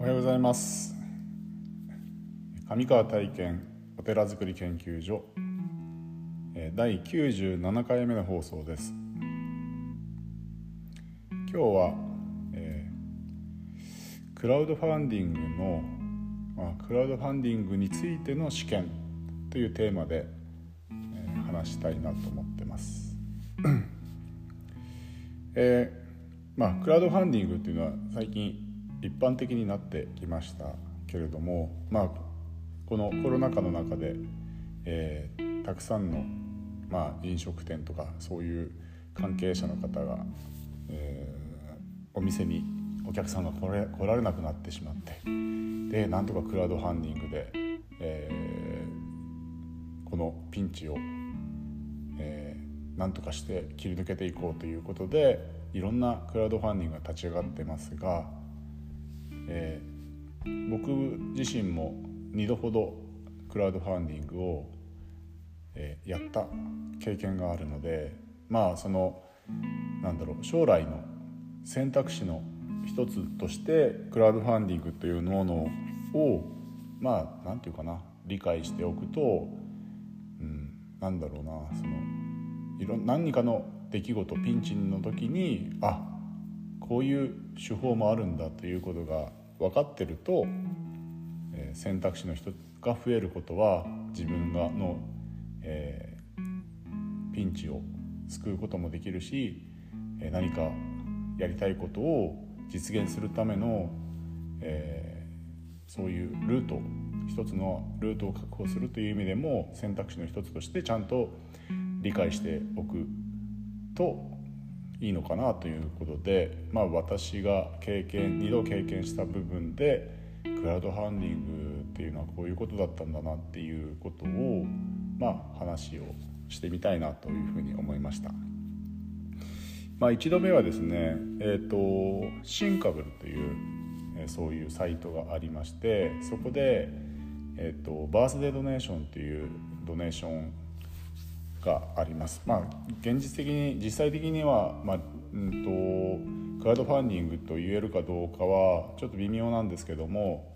おはようございます。上川体験お寺づくり研究所第97回目の放送です。今日は、クラウドファンディングの、クラウドファンディングについての試験というテーマで、話したいなと思ってます。クラウドファンディングっていうのは最近一般的になってきましたけれども、このコロナ禍の中で、たくさんの、飲食店とかそういう関係者の方が、お店にお客さんが来られなくなってしまって、でなんとかクラウドファンディングで、このピンチを、なんとかして切り抜けていこうということでいろんなクラウドファンディングが立ち上がってますが、僕自身も2度ほどクラウドファンディングを、やった経験があるので、将来の選択肢の一つとしてクラウドファンディングというものを理解しておくと、何かの出来事ピンチの時にこういう手法もあるんだということが分かってると、選択肢の人が増えることは自分の、ピンチを救うこともできるし、何かやりたいことを実現するための、そういう一つのルートを確保するという意味でも選択肢の一つとしてちゃんと理解しておくといいのかなということで、私が2度経験した部分でクラウドファンディングっていうのはこういうことだったんだなっていうことを、話をしてみたいなというふうに思いました。1度目はですね、シンカブルという、そういうサイトがありまして、そこで、バースデードネーションというドネーションがあります。実際的には、クラウドファンディングと言えるかどうかはちょっと微妙なんですけども、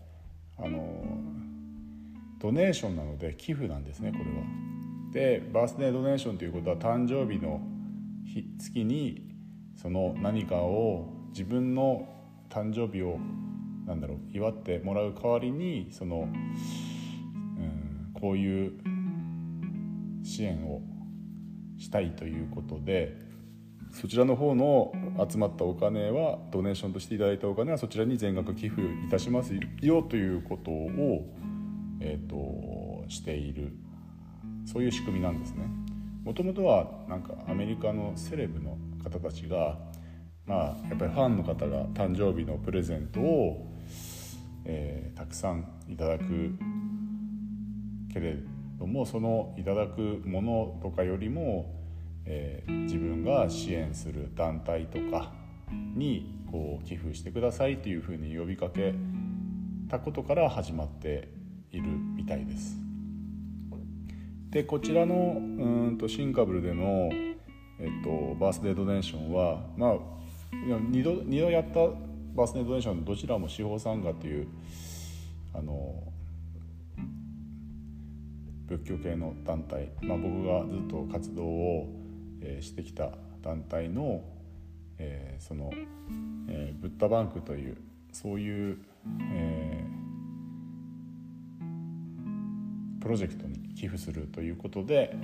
ドネーションなので寄付なんですね、これは。でバースデードネーションということは誕生日の月にその何かを自分の誕生日を祝ってもらう代わりにこういう支援をしたいということで、そちらの方の集まったお金はドネーションとしていただいたお金はそちらに全額寄付いたしますよということを、している、そういう仕組みなんですね。もともとはアメリカのセレブの方たちが、やっぱりファンの方が誕生日のプレゼントを、たくさんいただくけれども、そのいただくものとかよりも、自分が支援する団体とかに寄付してくださいというふうに呼びかけたことから始まっているみたいです。でこちらのシンカブルでの、バースデードネーションは、2度やったバースデードネーションどちらも司法参加という仏教系の団体、僕がずっと活動を、してきた団体の、ブッダバンクというそういう、プロジェクトに寄付するということで、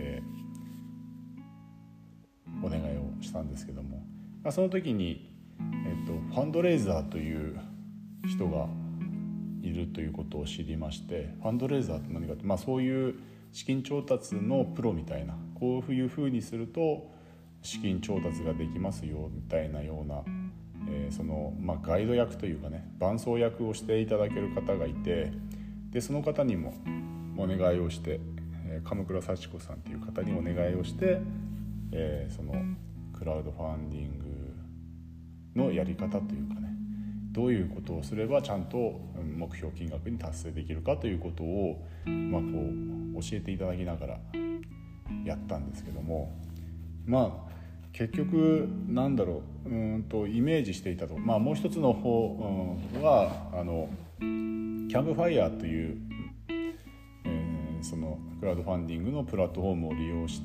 お願いをしたんですけども、その時に、ファンドレイザーという人がいるということを知りまして、ファンドレイザーって何かって、そういう資金調達のプロみたいな、こういうふうにすると資金調達ができますよみたいなような、ガイド役というかね、伴走役をしていただける方がいて、でその方にもお願いをして、鎌倉幸子さんという方にお願いをして、そのクラウドファンディングのやり方というかね、どういうことをすればちゃんと目標金額に達成できるかということを、教えていただきながらやったんですけども、 結局なんだろう、イメージしていたと、もう一つの方、はキャンプファイヤーという、そのクラウドファンディングのプラットフォームを利用して、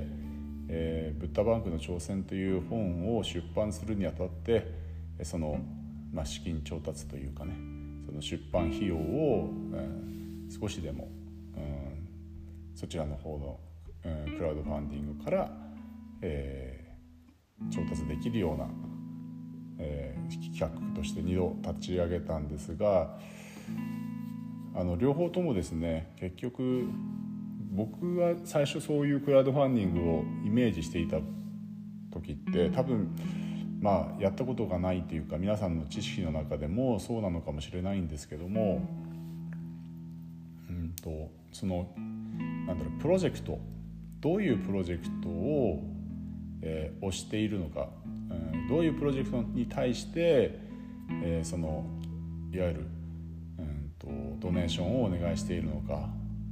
ブッダバンクの挑戦という本を出版するにあたって、その、資金調達というかね、その出版費用を、少しでも、そちらの方の、クラウドファンディングから、調達できるような、企画として2度立ち上げたんですが、両方ともですね、結局僕が最初そういうクラウドファンディングをイメージしていた時って多分やったことがないというか、皆さんの知識の中でもそうなのかもしれないんですけども、そのプロジェクト、どういうプロジェクトを、推しているのか、どういうプロジェクトに対して、そのいわゆる、ドネーションをお願いしているのか、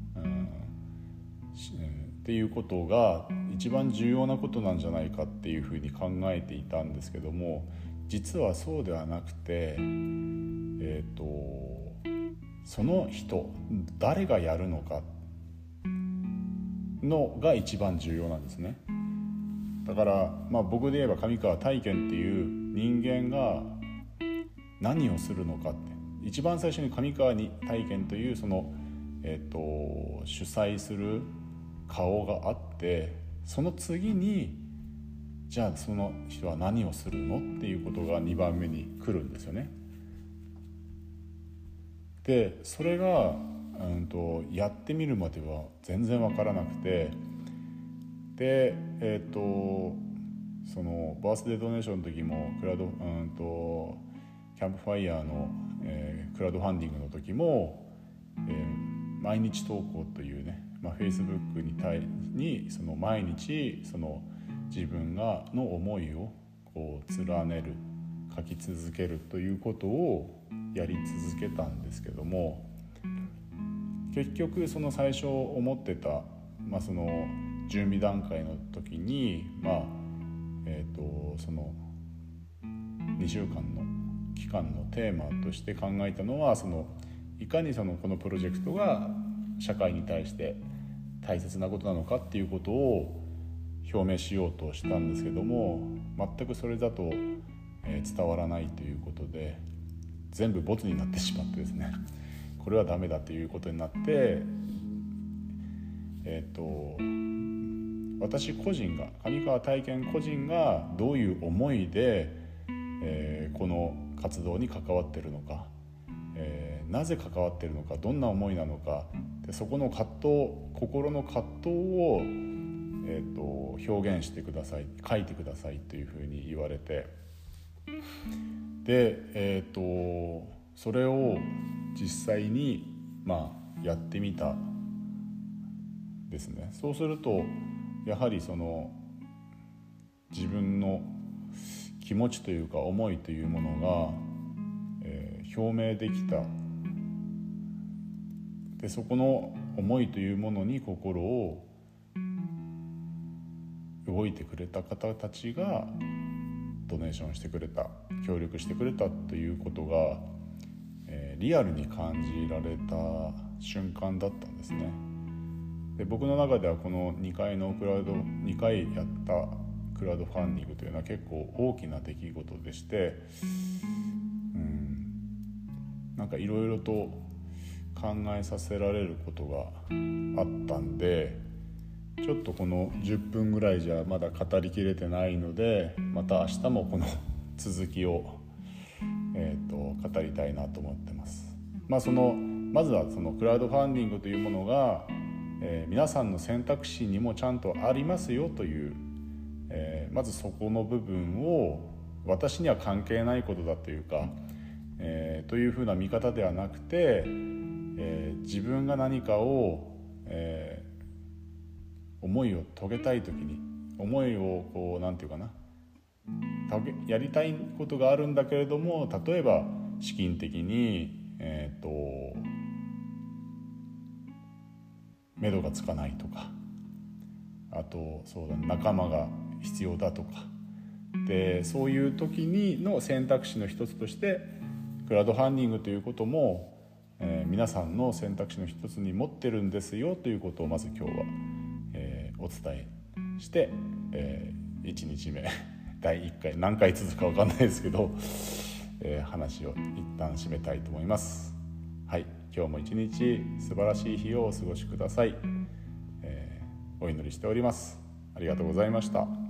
っていうことが一番重要なことなんじゃないかっていうふうに考えていたんですけども、実はそうではなくて、その人誰がやるのかのが一番重要なんですね。だから、僕で言えば上川体験っていう人間が何をするのかって、一番最初に上川に体験というその、主催する顔があって、その次にじゃあその人は何をするのっていうことが2番目に来るんですよね。でそれが、やってみるまでは全然分からなくて、でそのバースデードネーションの時もキャンプファイヤーの、クラウドファンディングの時も、毎日投稿というね、Facebook にその毎日その自分の思いをこう連ねる、書き続けるということをやり続けたんですけども、結局その最初思ってた、その準備段階の時に、その2週間の期間のテーマとして考えたのは、いかにこのプロジェクトが社会に対して大切なことなのかっていうことを表明しようとしたんですけども、全くそれだと、伝わらないということで全部ボツになってしまってですね、これはダメだということになって、私個人が、上川体験個人がどういう思いで、この活動に関わっているのか、なぜ関わっているのか、どんな思いなのか、でそこの葛藤、心の葛藤を、表現してください、書いてくださいというふうに言われて、で、それを実際に、やってみたですね。そうするとやはりその自分の気持ちというか思いというものが、表明できた。でそこの思いというものに心を動いてくれた方たちがドネーションしてくれた、協力してくれたということが、リアルに感じられた瞬間だったんですね。で僕の中ではこの2回やったクラウドファンディングというのは結構大きな出来事でして、なんかいろいろと考えさせられることがあったんで、ちょっとこの10分ぐらいじゃまだ語りきれてないので、また明日もこの続きを、語りたいなと思ってます。まずはそのクラウドファンディングというものが、皆さんの選択肢にもちゃんとありますよという、まずそこの部分を私には関係ないことだというか、というふうな見方ではなくて、自分が何かを、思いを遂げたいときに、思いをこうなんていうかな、やりたいことがあるんだけれども、例えば資金的に目処がつかないとか、あと仲間が必要だとか、 でそういう時にの選択肢の一つとしてクラウドファンディングということも、皆さんの選択肢の一つに持ってるんですよということをまず今日は、お伝えして、1日目第1回何回続くか分かんないですけど、話を一旦締めたいと思います。はい、今日も一日素晴らしい日をお過ごしください。お祈りしております。ありがとうございました。